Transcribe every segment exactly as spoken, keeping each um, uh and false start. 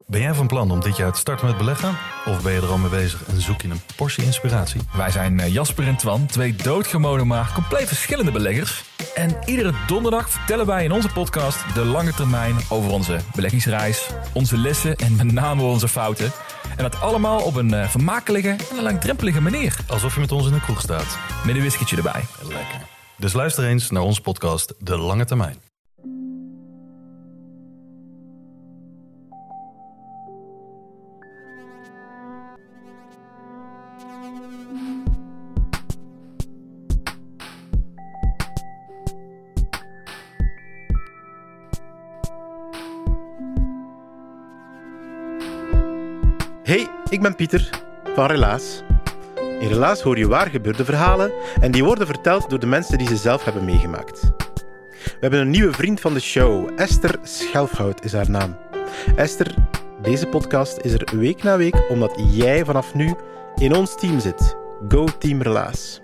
Ben jij van plan om dit jaar te starten met beleggen? Of ben je er al mee bezig en zoek je een portie inspiratie? Wij zijn Jasper en Twan, twee doodgewone maar compleet verschillende beleggers. En iedere donderdag vertellen wij in onze podcast de lange termijn over onze beleggingsreis, onze lessen en met name onze fouten. En dat allemaal op een vermakelijke en een langdrempelige manier. Alsof je met ons in een kroeg staat. Met een whiskytje erbij. Lekker. Dus luister eens naar onze podcast De Lange Termijn. Hey, ik ben Pieter van Relaas. In Relaas hoor je waar gebeurde verhalen en die worden verteld door de mensen die ze zelf hebben meegemaakt. We hebben een nieuwe vriend van de show, Esther Schelfhout is haar naam. Esther, deze podcast is er week na week omdat jij vanaf nu in ons team zit. Go Team Relaas.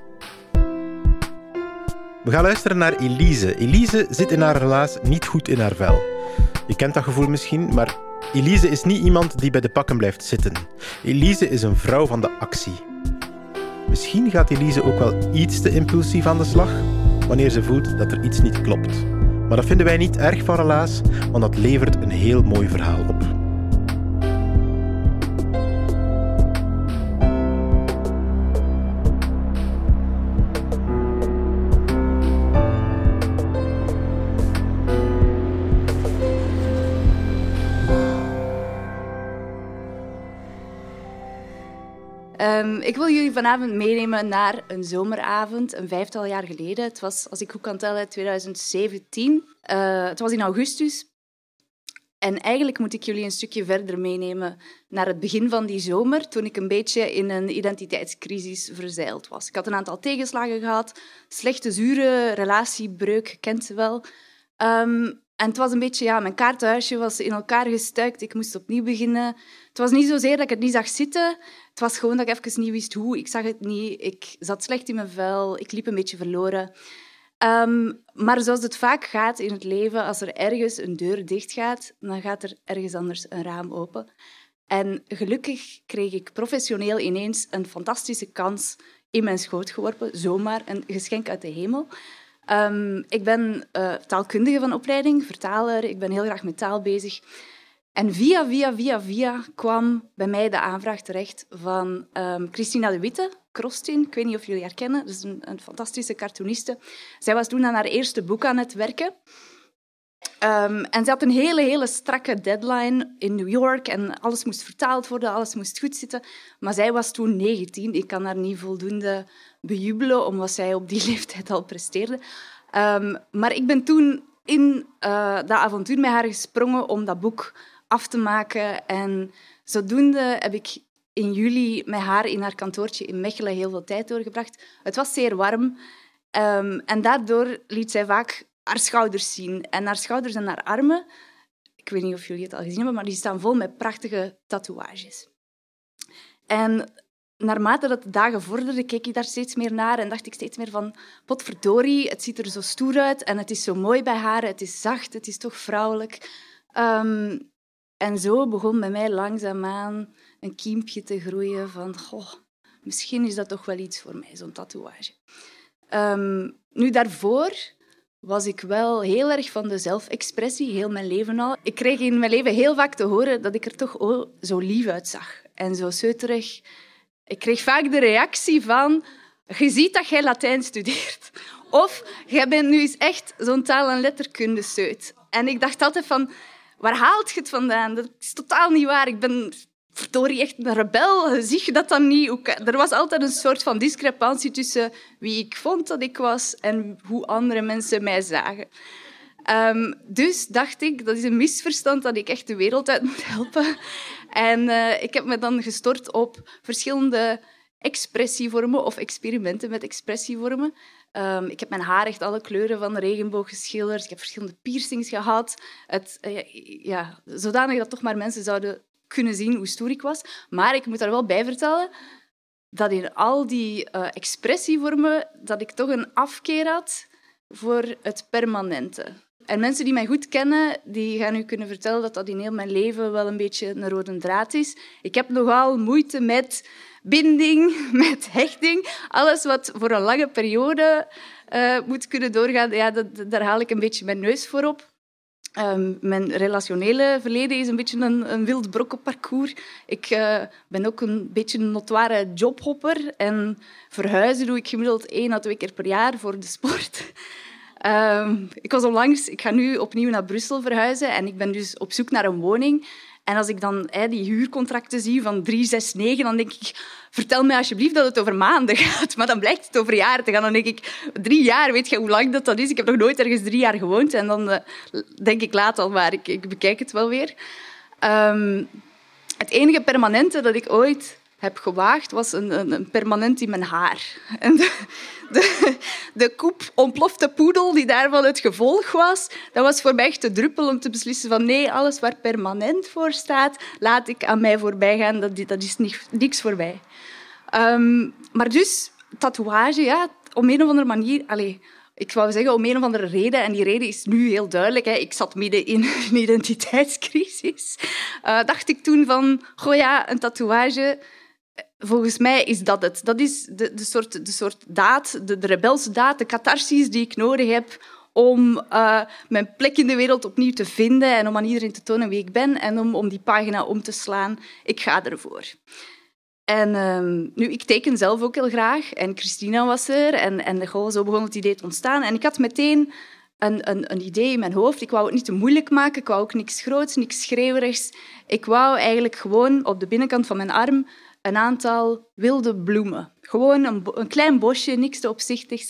We gaan luisteren naar Elise. Elise zit in haar relaas niet goed in haar vel. Je kent dat gevoel misschien, maar Elise is niet iemand die bij de pakken blijft zitten. Elise is een vrouw van de actie. Misschien gaat Elise ook wel iets te impulsief aan de slag, wanneer ze voelt dat er iets niet klopt. Maar dat vinden wij niet erg van Relaas, want dat levert een heel mooi verhaal op. Um, ik wil jullie vanavond meenemen naar een zomeravond, een vijftal jaar geleden. Het was, als ik goed kan tellen, twintig zeventien. Uh, het was in augustus. En eigenlijk moet ik jullie een stukje verder meenemen naar het begin van die zomer, toen ik een beetje in een identiteitscrisis verzeild was. Ik had een aantal tegenslagen gehad, slechte, zure relatiebreuk, je kent ze wel. Um, En het was een beetje, ja, mijn kaartenhuisje was in elkaar gestuikt. Ik moest opnieuw beginnen. Het was niet zozeer dat ik het niet zag zitten. Het was gewoon dat ik even niet wist hoe. Ik zag het niet. Ik zat slecht in mijn vel. Ik liep een beetje verloren. Um, maar zoals het vaak gaat in het leven, als er ergens een deur dichtgaat, dan gaat er ergens anders een raam open. En gelukkig kreeg ik professioneel ineens een fantastische kans in mijn schoot geworpen. Zomaar een geschenk uit de hemel. Um, ik ben uh, taalkundige van opleiding, vertaler. Ik ben heel graag met taal bezig. En via, via, via, via kwam bij mij de aanvraag terecht van um, Christina de Witte, Krostin. Ik weet niet of jullie haar kennen. Dat is een, een fantastische cartooniste. Zij was toen aan haar eerste boek aan het werken. Um, en ze had een hele, hele strakke deadline in New York. En alles moest vertaald worden, alles moest goed zitten. Maar zij was toen negentien. Ik kan haar niet voldoende bejubelen om wat zij op die leeftijd al presteerde. Um, maar ik ben toen in uh, dat avontuur met haar gesprongen om dat boek af te maken. En zodoende heb ik in juli met haar in haar kantoortje in Mechelen heel veel tijd doorgebracht. Het was zeer warm. Um, en daardoor liet zij vaak haar schouders zien. En haar schouders en haar armen, ik weet niet of jullie het al gezien hebben, maar die staan vol met prachtige tatoeages. En naarmate dat de dagen vorderden, keek ik daar steeds meer naar en dacht ik steeds meer van, potverdorie, het ziet er zo stoer uit en het is zo mooi bij haar, het is zacht, het is toch vrouwelijk. Um, en zo begon bij mij langzaamaan een kiempje te groeien van, goh, misschien is dat toch wel iets voor mij, zo'n tatoeage. Um, nu, daarvoor was ik wel heel erg van de zelfexpressie, heel mijn leven al. Ik kreeg in mijn leven heel vaak te horen dat ik er toch oh, zo lief uitzag en zo zeuterig. Ik kreeg vaak de reactie van, je ziet dat jij Latijn studeert. Of, jij bent nu eens echt zo'n taal- en letterkunde-seut. En ik dacht altijd van, waar haalt je het vandaan? Dat is totaal niet waar. Ik ben verdorie echt een rebel. Zie je dat dan niet? Er was altijd een soort van discrepantie tussen wie ik vond dat ik was en hoe andere mensen mij zagen. Um, dus dacht ik, dat is een misverstand dat ik echt de wereld uit moet helpen. En uh, ik heb me dan gestort op verschillende expressievormen of experimenten met expressievormen. Um, ik heb mijn haar echt alle kleuren van de regenboog geschilderd. Ik heb verschillende piercings gehad. Het, uh, ja, zodanig dat toch maar mensen zouden kunnen zien hoe stoer ik was. Maar ik moet daar wel bij vertellen dat in al die uh, expressievormen dat ik toch een afkeer had voor het permanente. en mensen die mij goed kennen, die gaan u kunnen vertellen dat dat in heel mijn leven wel een beetje een rode draad is. Ik heb nogal moeite met binding, met hechting. Alles wat voor een lange periode uh, moet kunnen doorgaan, ja, dat, daar haal ik een beetje mijn neus voor op. Um, mijn relationele verleden is een beetje een, een wild brokkenparcours. Ik uh, ben ook een beetje een notoire jobhopper. En verhuizen doe ik gemiddeld één à twee keer per jaar voor de sport. Um, ik was onlangs... Ik ga nu opnieuw naar Brussel verhuizen. En ik ben dus op zoek naar een woning. En als ik dan hey, die huurcontracten zie van drie, zes, negen, dan denk ik... Vertel mij alsjeblieft dat het over maanden gaat. Maar dan blijkt het over jaren te gaan. Dan denk ik, drie jaar, weet je hoe lang dat, dat is? Ik heb nog nooit ergens drie jaar gewoond. En dan uh, denk ik, laat al maar. Ik, ik bekijk het wel weer. Um, het enige permanente dat ik ooit heb gewaagd, was een, een, een permanent in mijn haar. En de, de, de koep ontplofte poedel die daarvan het gevolg was, dat was voor mij echt de druppel om te beslissen van nee, alles waar permanent voor staat, laat ik aan mij voorbij gaan. Dat, dat is niks voor mij. Um, maar dus, tatoeage, ja, om een of andere manier... Allez, ik wou zeggen om een of andere reden, en die reden is nu heel duidelijk. Hè. Ik zat midden in een identiteitscrisis. Uh, dacht ik toen van, goh ja, een tatoeage... Volgens mij is dat het. Dat is de, de, soort, de soort daad, de, de rebelse daad, de catharsis die ik nodig heb om uh, mijn plek in de wereld opnieuw te vinden en om aan iedereen te tonen wie ik ben en om, om die pagina om te slaan. Ik ga ervoor. En um, nu, ik teken zelf ook heel graag. En Christina was er. En, en goh, zo begon het idee te ontstaan. En ik had meteen een, een, een idee in mijn hoofd. Ik wou het niet te moeilijk maken. Ik wou ook niks groots, niks schreeuwerigs. Ik wou eigenlijk gewoon op de binnenkant van mijn arm een aantal wilde bloemen. Gewoon een, een klein bosje, niks te opzichtigs.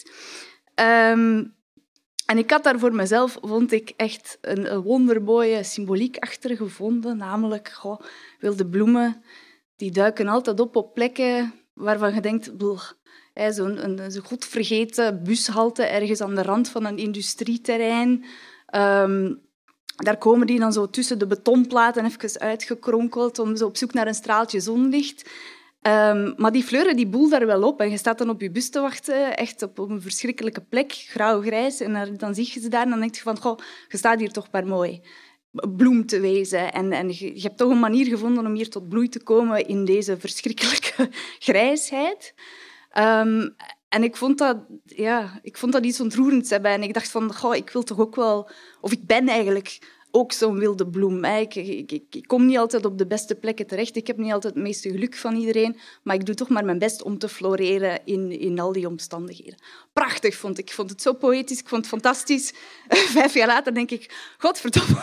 Um, en ik had daar voor mezelf, vond ik, echt een, een wondermooie symboliek achter gevonden. Namelijk, goh, wilde bloemen, die duiken altijd op op plekken waarvan je denkt... Zo'n een, een godvergeten bushalte ergens aan de rand van een industrieterrein. Um, Daar komen die dan zo tussen de betonplaten even uitgekronkeld om zo op zoek naar een straaltje zonlicht. Um, maar die fleuren die boel daar wel op. En je staat dan op je bus te wachten, echt op, op een verschrikkelijke plek, grauw-grijs. En dan zie je ze daar en dan denk je van, goh, je staat hier toch maar mooi bloem te wezen. En, en je, je hebt toch een manier gevonden om hier tot bloei te komen in deze verschrikkelijke grijsheid. Um, En ik vond dat, ja, ik vond dat iets ontroerends hebben. En ik dacht van, goh, ik wil toch ook wel... Of ik ben eigenlijk ook zo'n wilde bloem. Ik, ik, ik, ik kom niet altijd op de beste plekken terecht. Ik heb niet altijd het meeste geluk van iedereen. Maar ik doe toch maar mijn best om te floreren in, in al die omstandigheden. Prachtig vond ik. Ik vond het zo poëtisch. Ik vond het fantastisch. Vijf jaar later denk ik, godverdomme.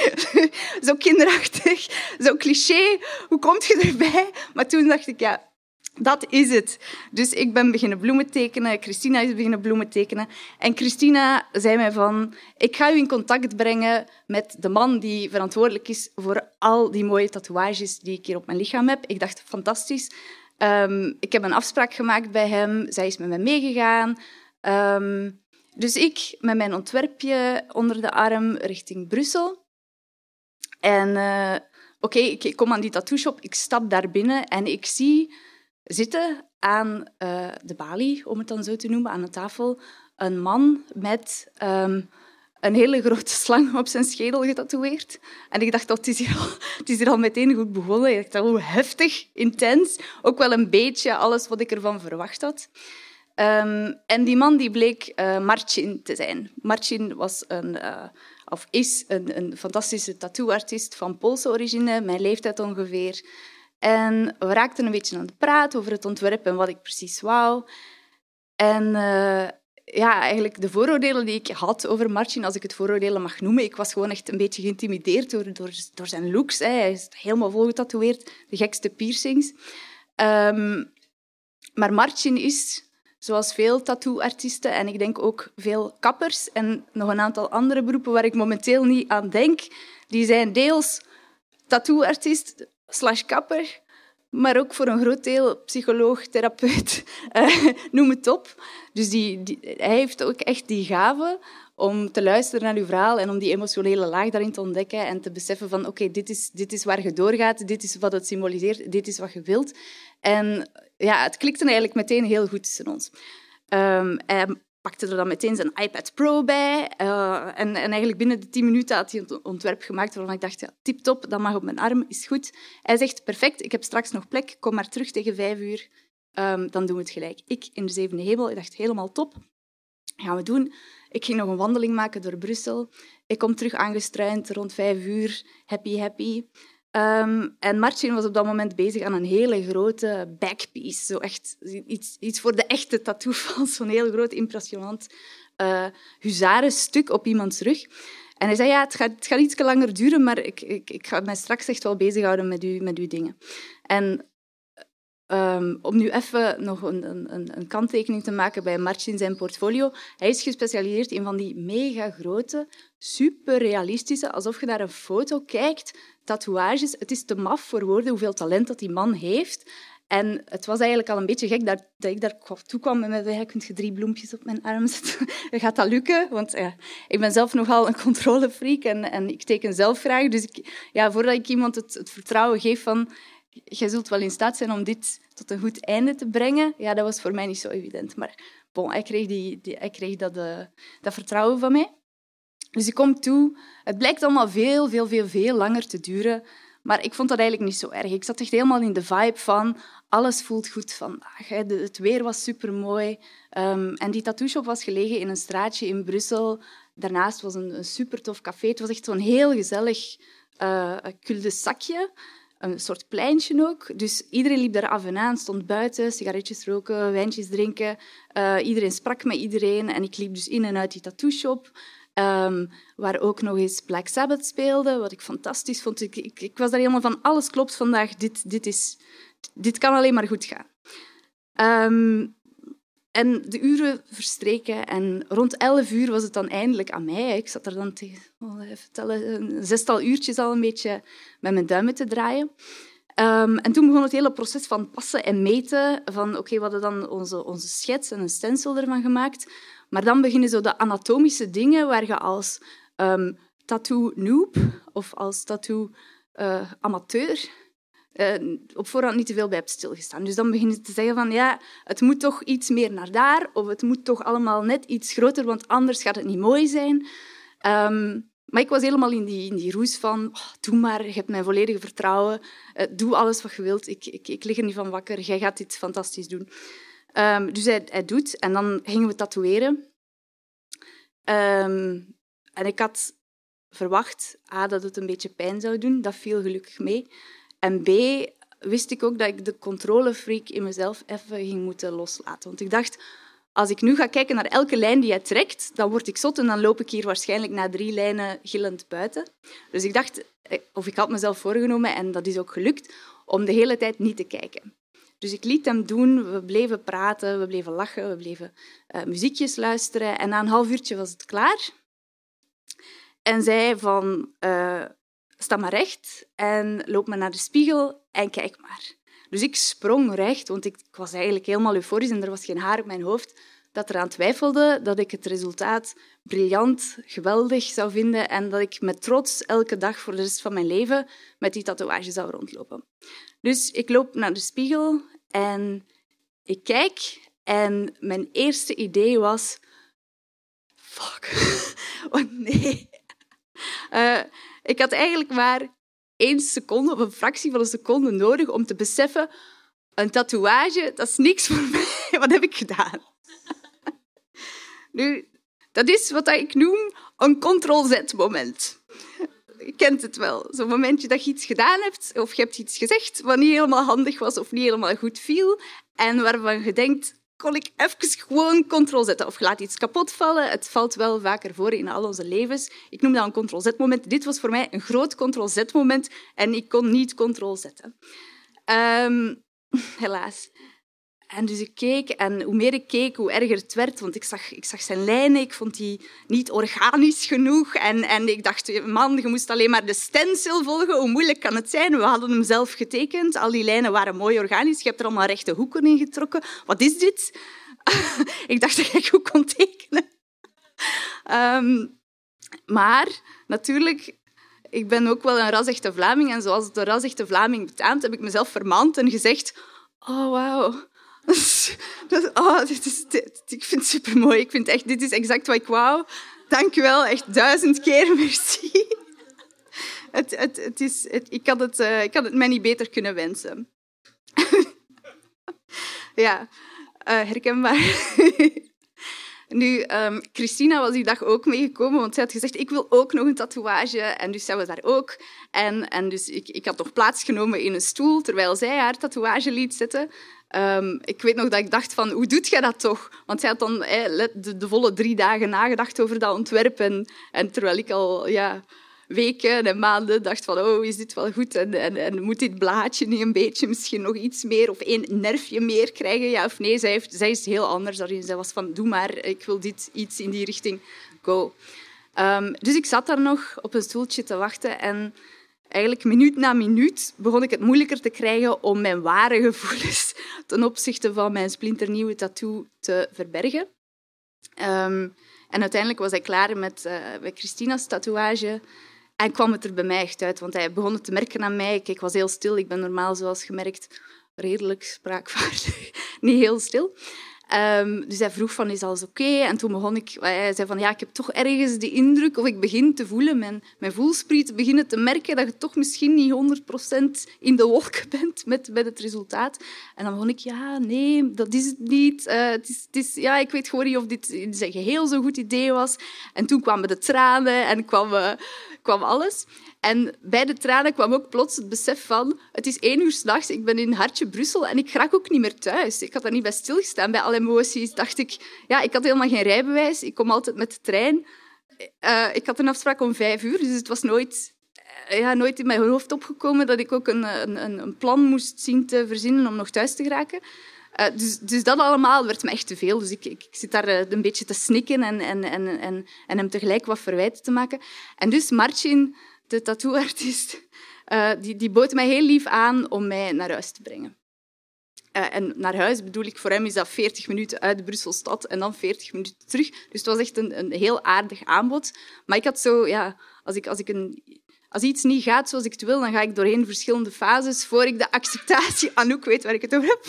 Zo kinderachtig. Zo cliché. Hoe kom je erbij? Maar toen dacht ik, ja... Dat is het. Dus ik ben beginnen bloemen tekenen. Christina is beginnen bloemen tekenen. En Christina zei mij van... Ik ga u in contact brengen met de man die verantwoordelijk is voor al die mooie tatoeages die ik hier op mijn lichaam heb. Ik dacht, fantastisch. Um, ik heb een afspraak gemaakt bij hem. Zij is met mij meegegaan. Um, dus ik met mijn ontwerpje onder de arm richting Brussel. En uh, oké, okay, ik, ik kom aan die tattoo-shop. Ik stap daar binnen en ik zie... zitten aan uh, de balie, om het dan zo te noemen, aan de tafel, een man met um, een hele grote slang op zijn schedel getatoeëerd. En ik dacht, oh, het, is hier al, het is hier al meteen goed begonnen. Ik dacht, oh, heftig, intens. Ook wel een beetje alles wat ik ervan verwacht had. Um, en die man die bleek uh, Marcin te zijn. Marcin was een, uh, of is een, een fantastische tattooartiest van Poolse origine, mijn leeftijd ongeveer. En we raakten een beetje aan de praat over het ontwerp en wat ik precies wou. En uh, ja, eigenlijk de vooroordelen die ik had over Marcin, als ik het vooroordelen mag noemen, ik was gewoon echt een beetje geïntimideerd door, door, door zijn looks. Hè. Hij is helemaal vol getatoeëerd, de gekste piercings. Um, maar Marcin is, zoals veel tattooartiesten en ik denk ook veel kappers en nog een aantal andere beroepen waar ik momenteel niet aan denk, die zijn deels tattooartiest slash kapper, maar ook voor een groot deel psycholoog, therapeut, uh, noem het op. Dus die, die, hij heeft ook echt die gave om te luisteren naar uw verhaal en om die emotionele laag daarin te ontdekken en te beseffen van oké, okay, dit is, dit is waar je doorgaat, dit is wat het symboliseert, dit is wat je wilt. En ja, het klikte eigenlijk meteen heel goed tussen ons. Um, en pakte er dan meteen zijn iPad Pro bij. Uh, en, en eigenlijk binnen de tien minuten had hij een ontwerp gemaakt waarvan ik dacht, ja, tip-top, dat mag op mijn arm, is goed. Hij zegt, perfect, ik heb straks nog plek, kom maar terug tegen vijf uur. Um, dan doen we het gelijk. Ik in de zevende hemel, ik dacht, helemaal top. Gaan we doen. Ik ging nog een wandeling maken door Brussel. Ik kom terug aangestruind rond vijf uur. Happy, happy. Um, en Martin was op dat moment bezig aan een hele grote backpiece. Zo echt iets, iets voor de echte tattoo-fans. Zo'n heel groot, impressionant uh, huzarenstuk op iemands rug. En hij zei, ja, het gaat, het gaat iets langer duren, maar ik, ik, ik ga mij straks echt wel bezighouden met, u, met uw dingen. En Um, om nu even nog een, een, een kanttekening te maken bij Martin zijn portfolio. Hij is gespecialiseerd in van die mega grote, super realistische, alsof je naar een foto kijkt, tatoeages. Het is te maf voor woorden hoeveel talent dat die man heeft. En het was eigenlijk al een beetje gek dat, dat ik daar toe kwam met mij, ja, kun je drie bloempjes op mijn arm zetten? Gaat dat lukken? Want ja, ik ben zelf nogal een controlefreak en, en ik teken zelf graag. Dus ik, ja, voordat ik iemand het, het vertrouwen geef van jij zult wel in staat zijn om dit tot een goed einde te brengen. Ja, dat was voor mij niet zo evident. Maar bon, hij kreeg, die, die, hij kreeg dat, uh, dat vertrouwen van mij. Dus ik kom toe. Het blijkt allemaal veel, veel, veel, veel langer te duren. Maar ik vond dat eigenlijk niet zo erg. Ik zat echt helemaal in de vibe van alles voelt goed vandaag. Hè. De, het weer was supermooi. Um, en die tattoo-shop was gelegen in een straatje in Brussel. Daarnaast was een, een super tof café. Het was echt zo'n heel gezellig uh, cul-de-sacje. Een soort pleintje ook. Dus iedereen liep daar af en aan, stond buiten, sigaretjes roken, wijntjes drinken. Uh, iedereen sprak met iedereen. En ik liep dus in en uit die tattoo-shop, um, waar ook nog eens Black Sabbath speelde, wat ik fantastisch vond. Ik, ik, ik was daar helemaal van, alles klopt vandaag, dit, dit, is, dit kan alleen maar goed gaan. Um, en de uren verstreken en rond elf uur was het dan eindelijk aan mij. Ik zat er dan tegen, oh, even tellen, een zestal uurtjes al een beetje met mijn duimen te draaien. Um, en toen begon het hele proces van passen en meten. Van, oké, okay, we hadden dan onze, onze schets en een stencil ervan gemaakt. Maar dan beginnen zo de anatomische dingen waar je als um, tattoo-noob of als tattoo-amateur... Uh, Uh, op voorhand niet te veel bij hebt stilgestaan. Dus dan begin je te zeggen van ja, het moet toch iets meer naar daar, of het moet toch allemaal net iets groter, want anders gaat het niet mooi zijn. Um, maar ik was helemaal in die, in die roes van oh, doe maar, je hebt mijn volledige vertrouwen, uh, doe alles wat je wilt, ik, ik, ik lig er niet van wakker, jij gaat dit fantastisch doen. Um, dus hij, hij doet, en dan gingen we tatoeëren. Um, en ik had verwacht A, dat het een beetje pijn zou doen, dat viel gelukkig mee. En B, wist ik ook dat ik de controlefreak in mezelf even ging moeten loslaten. Want ik dacht, als ik nu ga kijken naar elke lijn die hij trekt, dan word ik zot en dan loop ik hier waarschijnlijk na drie lijnen gillend buiten. Dus ik dacht, of ik had mezelf voorgenomen, en dat is ook gelukt, om de hele tijd niet te kijken. Dus ik liet hem doen, we bleven praten, we bleven lachen, we bleven uh, muziekjes luisteren. En na een half uurtje was het klaar. En zei van... Uh, sta maar recht en loop maar naar de spiegel en kijk maar. Dus ik sprong recht, want ik, ik was eigenlijk helemaal euforisch en er was geen haar op mijn hoofd dat eraan twijfelde dat ik het resultaat briljant, geweldig zou vinden en dat ik met trots elke dag voor de rest van mijn leven met die tatoeage zou rondlopen. Dus ik loop naar de spiegel en ik kijk en mijn eerste idee was... Fuck. Oh nee. Uh, Ik had eigenlijk maar één seconde of een fractie van een seconde nodig om te beseffen, een tatoeage, dat is niks voor mij. Wat heb ik gedaan? Nu, dat is wat ik noem een control-Z-moment. Je kent het wel. Zo'n momentje dat je iets gedaan hebt, of je hebt iets gezegd wat niet helemaal handig was of niet helemaal goed viel, en waarvan je denkt, kon ik even gewoon control zetten. Of je laat iets kapot vallen. Het valt wel vaker voor in al onze levens. Ik noem dat een control-Z-moment. Dit was voor mij een groot control-Z-moment en ik kon niet control zetten. Um, helaas. En dus ik keek, en hoe meer ik keek, hoe erger het werd, want ik zag, ik zag zijn lijnen, ik vond die niet organisch genoeg. En, en ik dacht, man, je moest alleen maar de stencil volgen, hoe moeilijk kan het zijn? We hadden hem zelf getekend, al die lijnen waren mooi organisch, je hebt er allemaal rechte hoeken in getrokken. Wat is dit? Ik dacht dat ik goed kon tekenen. Um, maar, natuurlijk... Ik ben ook wel een ras-echte Vlaming en zoals het een ras-echte Vlaming betaamt, heb ik mezelf vermand en gezegd, oh, wauw, dat, oh, dit is, dit, ik vind het supermooi. Ik vind echt, dit is exact wat ik wou. Dank je wel, echt duizend keer merci. Het, het, het is, het, ik, had het, uh, ik had het mij niet beter kunnen wensen. Ja, uh, herkenbaar. Nu, um, Christina was die dag ook meegekomen, want zij had gezegd, ik wil ook nog een tatoeage. En dus zij was daar ook. En, en dus ik, ik had nog plaatsgenomen in een stoel, terwijl zij haar tatoeage liet zetten. Um, ik weet nog dat ik dacht van, hoe doet jij dat toch? Want zij had dan eh, de, de volle drie dagen nagedacht over dat ontwerp. En, en terwijl ik al ja, weken en maanden dacht van, oh, is dit wel goed? En, en, en moet dit blaadje niet een beetje misschien nog iets meer of één nerfje meer krijgen? Ja of nee? Zij, heeft, zij is heel anders daarin. Zij was van, doe maar, ik wil dit iets in die richting, go. Um, dus ik zat daar nog op een stoeltje te wachten en eigenlijk minuut na minuut begon ik het moeilijker te krijgen om mijn ware gevoelens ten opzichte van mijn splinternieuwe tattoo te verbergen. Um, en uiteindelijk was hij klaar met, uh, met Christina's tatoeage en kwam het er bij mij echt uit, want hij begon het te merken aan mij. Ik, ik was heel stil, ik ben normaal, zoals gemerkt, redelijk spraakvaardig, niet heel stil. Um, dus hij vroeg van, is alles oké? Okay? En toen begon ik... Hij zei van, ja, ik heb toch ergens de indruk, of ik begin te voelen, mijn, mijn voelsprieten beginnen te merken dat je toch misschien niet honderd procent in de wolken bent met, met het resultaat. En dan begon ik, ja, nee, dat is het niet. Uh, het is, het is, ja, ik weet gewoon niet of dit in zijn geheel zo'n goed idee was. En toen kwamen de tranen en kwam, uh, kwam alles. En bij de tranen kwam ook plots het besef van, het is één uur 's nachts, ik ben in Hartje Brussel en ik raak ook niet meer thuis. Ik had daar niet bij stilgestaan. Bij alle emoties dacht ik, ja, ik had helemaal geen rijbewijs. Ik kom altijd met de trein. Uh, ik had een afspraak om vijf uur, dus het was nooit, uh, ja, nooit in mijn hoofd opgekomen dat ik ook een, een, een plan moest zien te verzinnen om nog thuis te geraken. Uh, dus, dus dat allemaal werd me echt te veel. Dus ik, ik, ik zit daar uh, een beetje te snikken en, en, en, en, en hem tegelijk wat verwijten te maken. En dus Marcin, de tattooartiest, uh, die, die bood mij heel lief aan om mij naar huis te brengen. Uh, en naar huis bedoel ik, voor hem is dat veertig minuten uit de Brusselstad en dan veertig minuten terug. Dus het was echt een, een heel aardig aanbod. Maar ik had zo, ja, als, ik, als, ik een, als iets niet gaat zoals ik het wil, dan ga ik doorheen verschillende fases voor ik de acceptatie... Anouk weet waar ik het over heb.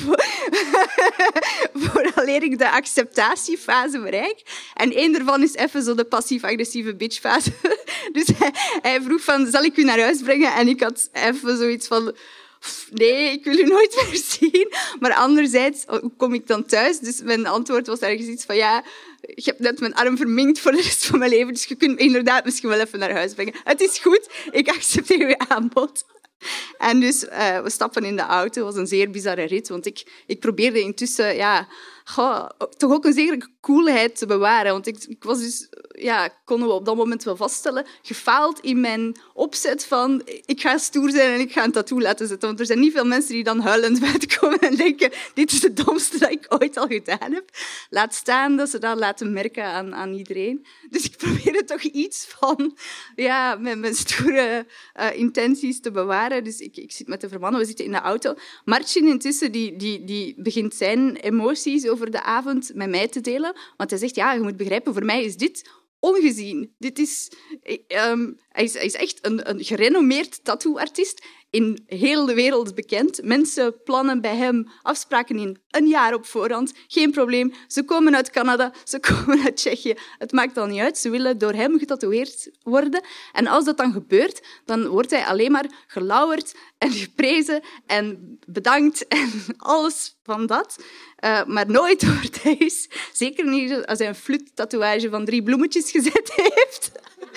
Vooraleer ik de acceptatiefase bereik. En één daarvan is even zo de passief-agressieve bitchfase. Dus hij, hij vroeg van, zal ik u naar huis brengen? En ik had even zoiets van... Nee, ik wil u nooit meer zien. Maar anderzijds, hoe kom ik dan thuis? Dus mijn antwoord was ergens iets van, ja, ik heb net mijn arm verminkt voor de rest van mijn leven, dus je kunt me inderdaad misschien wel even naar huis brengen. Het is goed, ik accepteer uw aanbod. En dus uh, we stappen in de auto. Het was een zeer bizarre rit, want ik, ik probeerde intussen ja, goh, toch ook een zekere coolheid te bewaren. Want ik, ik was dus, ja, konden we op dat moment wel vaststellen, gefaald in mijn opzet van ik ga stoer zijn en ik ga een tattoo laten zetten. Want er zijn niet veel mensen die dan huilend buiten komen en denken dit is het domste dat ik ooit al gedaan heb. Laat staan dat ze dat laten merken aan, aan iedereen. Dus ik probeerde toch iets van ja, mijn, mijn stoere uh, intenties te bewaren. Dus ik, ik zit met de vermannen, we zitten in de auto. Marcin intussen die, die, die begint zijn emoties over de avond met mij te delen. Want hij zegt, ja, je moet begrijpen, voor mij is dit ongezien. Dit is, um, hij, is, hij is echt een, een gerenommeerd tattooartiest. In heel de wereld bekend. Mensen plannen bij hem afspraken in een jaar op voorhand. Geen probleem. Ze komen uit Canada, ze komen uit Tsjechië. Het maakt al niet uit. Ze willen door hem getatoeëerd worden. En als dat dan gebeurt, dan wordt hij alleen maar gelauwerd en geprezen en bedankt en alles van dat. Uh, maar nooit wordt hij eens, zeker niet als hij een flut-tatoeage van drie bloemetjes gezet heeft,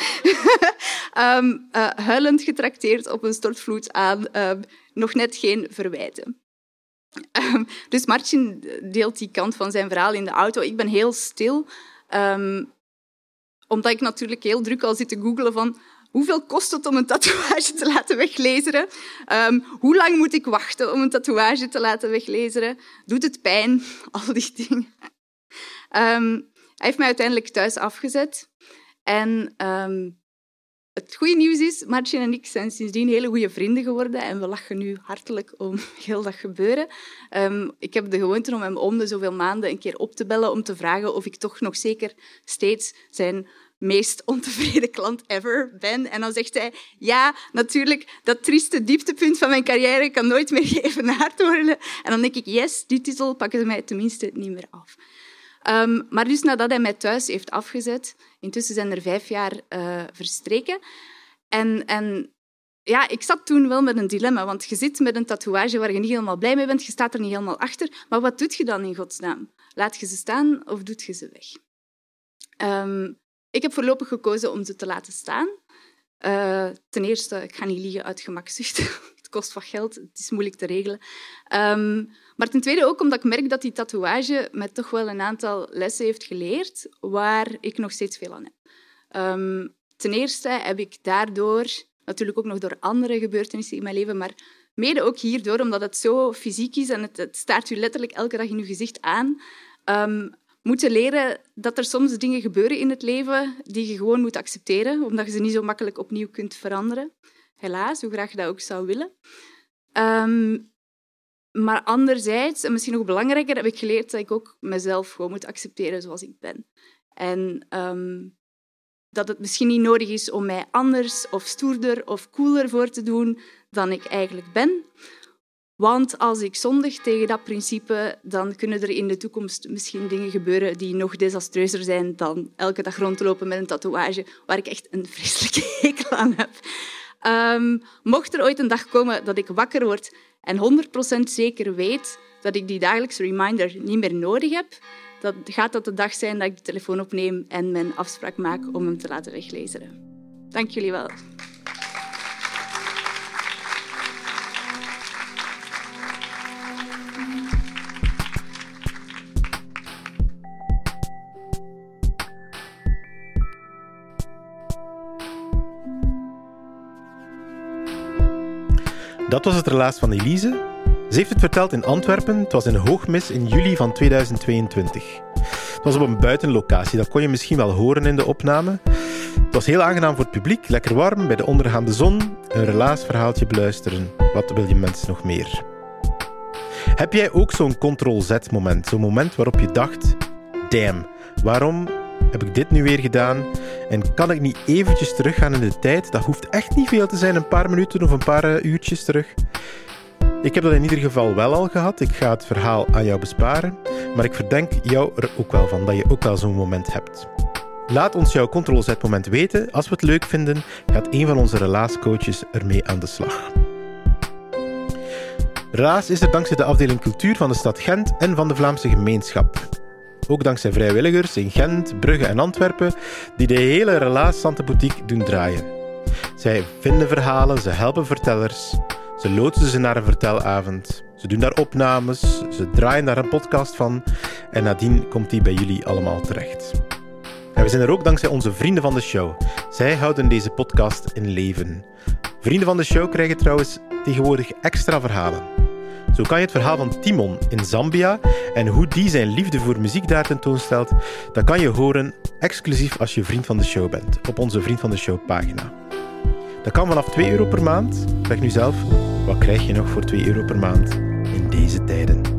um, uh, huilend getrakteerd op een stortvloed aan uh, nog net geen verwijten. Um, dus Marcin deelt die kant van zijn verhaal in de auto. Ik ben heel stil, um, omdat ik natuurlijk heel druk al zit te googlen van hoeveel kost het om een tatoeage te laten weglaseren? Um, hoe lang moet ik wachten om een tatoeage te laten weglaseren? Doet het pijn? Al die dingen. Um, hij heeft mij uiteindelijk thuis afgezet. En um, het goede nieuws is, Marcin en ik zijn sindsdien hele goede vrienden geworden en we lachen nu hartelijk om heel dat gebeuren. Um, ik heb de gewoonte om hem om de zoveel maanden een keer op te bellen om te vragen of ik toch nog zeker steeds zijn meest ontevreden klant ever ben. En dan zegt hij, ja, natuurlijk, dat trieste dieptepunt van mijn carrière kan nooit meer geëvenaard worden. En dan denk ik, yes, die titel pakken ze mij tenminste niet meer af. Um, maar dus nadat hij mij thuis heeft afgezet, intussen zijn er vijf jaar uh, verstreken. En, en ja, ik zat toen wel met een dilemma, want je zit met een tatoeage waar je niet helemaal blij mee bent, je staat er niet helemaal achter. Maar wat doe je dan in godsnaam? Laat je ze staan of doet je ze weg? Um, ik heb voorlopig gekozen om ze te laten staan. Uh, ten eerste, ik ga niet liegen uit gemakzucht. Het kost wat geld, het is moeilijk te regelen. Um, maar ten tweede ook omdat ik merk dat die tatoeage mij toch wel een aantal lessen heeft geleerd waar ik nog steeds veel aan heb. Um, ten eerste heb ik daardoor, natuurlijk ook nog door andere gebeurtenissen in mijn leven, maar mede ook hierdoor, omdat het zo fysiek is en het, het staart u letterlijk elke dag in uw gezicht aan, um, moeten leren dat er soms dingen gebeuren in het leven die je gewoon moet accepteren, omdat je ze niet zo makkelijk opnieuw kunt veranderen. Helaas, hoe graag je dat ook zou willen. Um, maar anderzijds, en misschien nog belangrijker, heb ik geleerd dat ik ook mezelf gewoon moet accepteren zoals ik ben. En um, dat het misschien niet nodig is om mij anders of stoerder of cooler voor te doen dan ik eigenlijk ben. Want als ik zondig tegen dat principe, dan kunnen er in de toekomst misschien dingen gebeuren die nog desastreuzer zijn dan elke dag rondlopen met een tatoeage waar ik echt een vreselijke hekel aan heb. Um, mocht er ooit een dag komen dat ik wakker word en honderd procent zeker weet dat ik die dagelijkse reminder niet meer nodig heb, dan gaat dat de dag zijn dat ik de telefoon opneem en mijn afspraak maak om hem te laten weglezen. Dank jullie wel. Dat was het relaas van Elise. Ze heeft het verteld in Antwerpen. Het was in Hoogmis in juli van tweeduizend tweeëntwintig. Het was op een buitenlocatie, dat kon je misschien wel horen in de opname. Het was heel aangenaam voor het publiek, lekker warm, bij de ondergaande zon. Een relaasverhaaltje beluisteren. Wat wil je mensen nog meer? Heb jij ook zo'n control-Z-moment? Zo'n moment waarop je dacht, damn, waarom heb ik dit nu weer gedaan? En kan ik niet eventjes teruggaan in de tijd? Dat hoeft echt niet veel te zijn, een paar minuten of een paar uurtjes terug. Ik heb dat in ieder geval wel al gehad. Ik ga het verhaal aan jou besparen. Maar ik verdenk jou er ook wel van dat je ook wel zo'n moment hebt. Laat ons jouw control-Z-moment weten. Als we het leuk vinden, gaat een van onze relaascoaches ermee aan de slag. Relaas is er dankzij de afdeling cultuur van de stad Gent en van de Vlaamse gemeenschap. Ook dankzij vrijwilligers in Gent, Brugge en Antwerpen die de hele Relaas Santé Boutique doen draaien. Zij vinden verhalen, ze helpen vertellers, ze loodsen ze naar een vertelavond, ze doen daar opnames, ze draaien daar een podcast van en nadien komt die bij jullie allemaal terecht. En we zijn er ook dankzij onze vrienden van de show. Zij houden deze podcast in leven. Vrienden van de show krijgen trouwens tegenwoordig extra verhalen. Zo kan je het verhaal van Timon in Zambia en hoe die zijn liefde voor muziek daar tentoonstelt, dat kan je horen exclusief als je vriend van de show bent, op onze Vriend van de Show pagina. Dat kan vanaf twee euro per maand. Zeg nu zelf, wat krijg je nog voor twee euro per maand in deze tijden?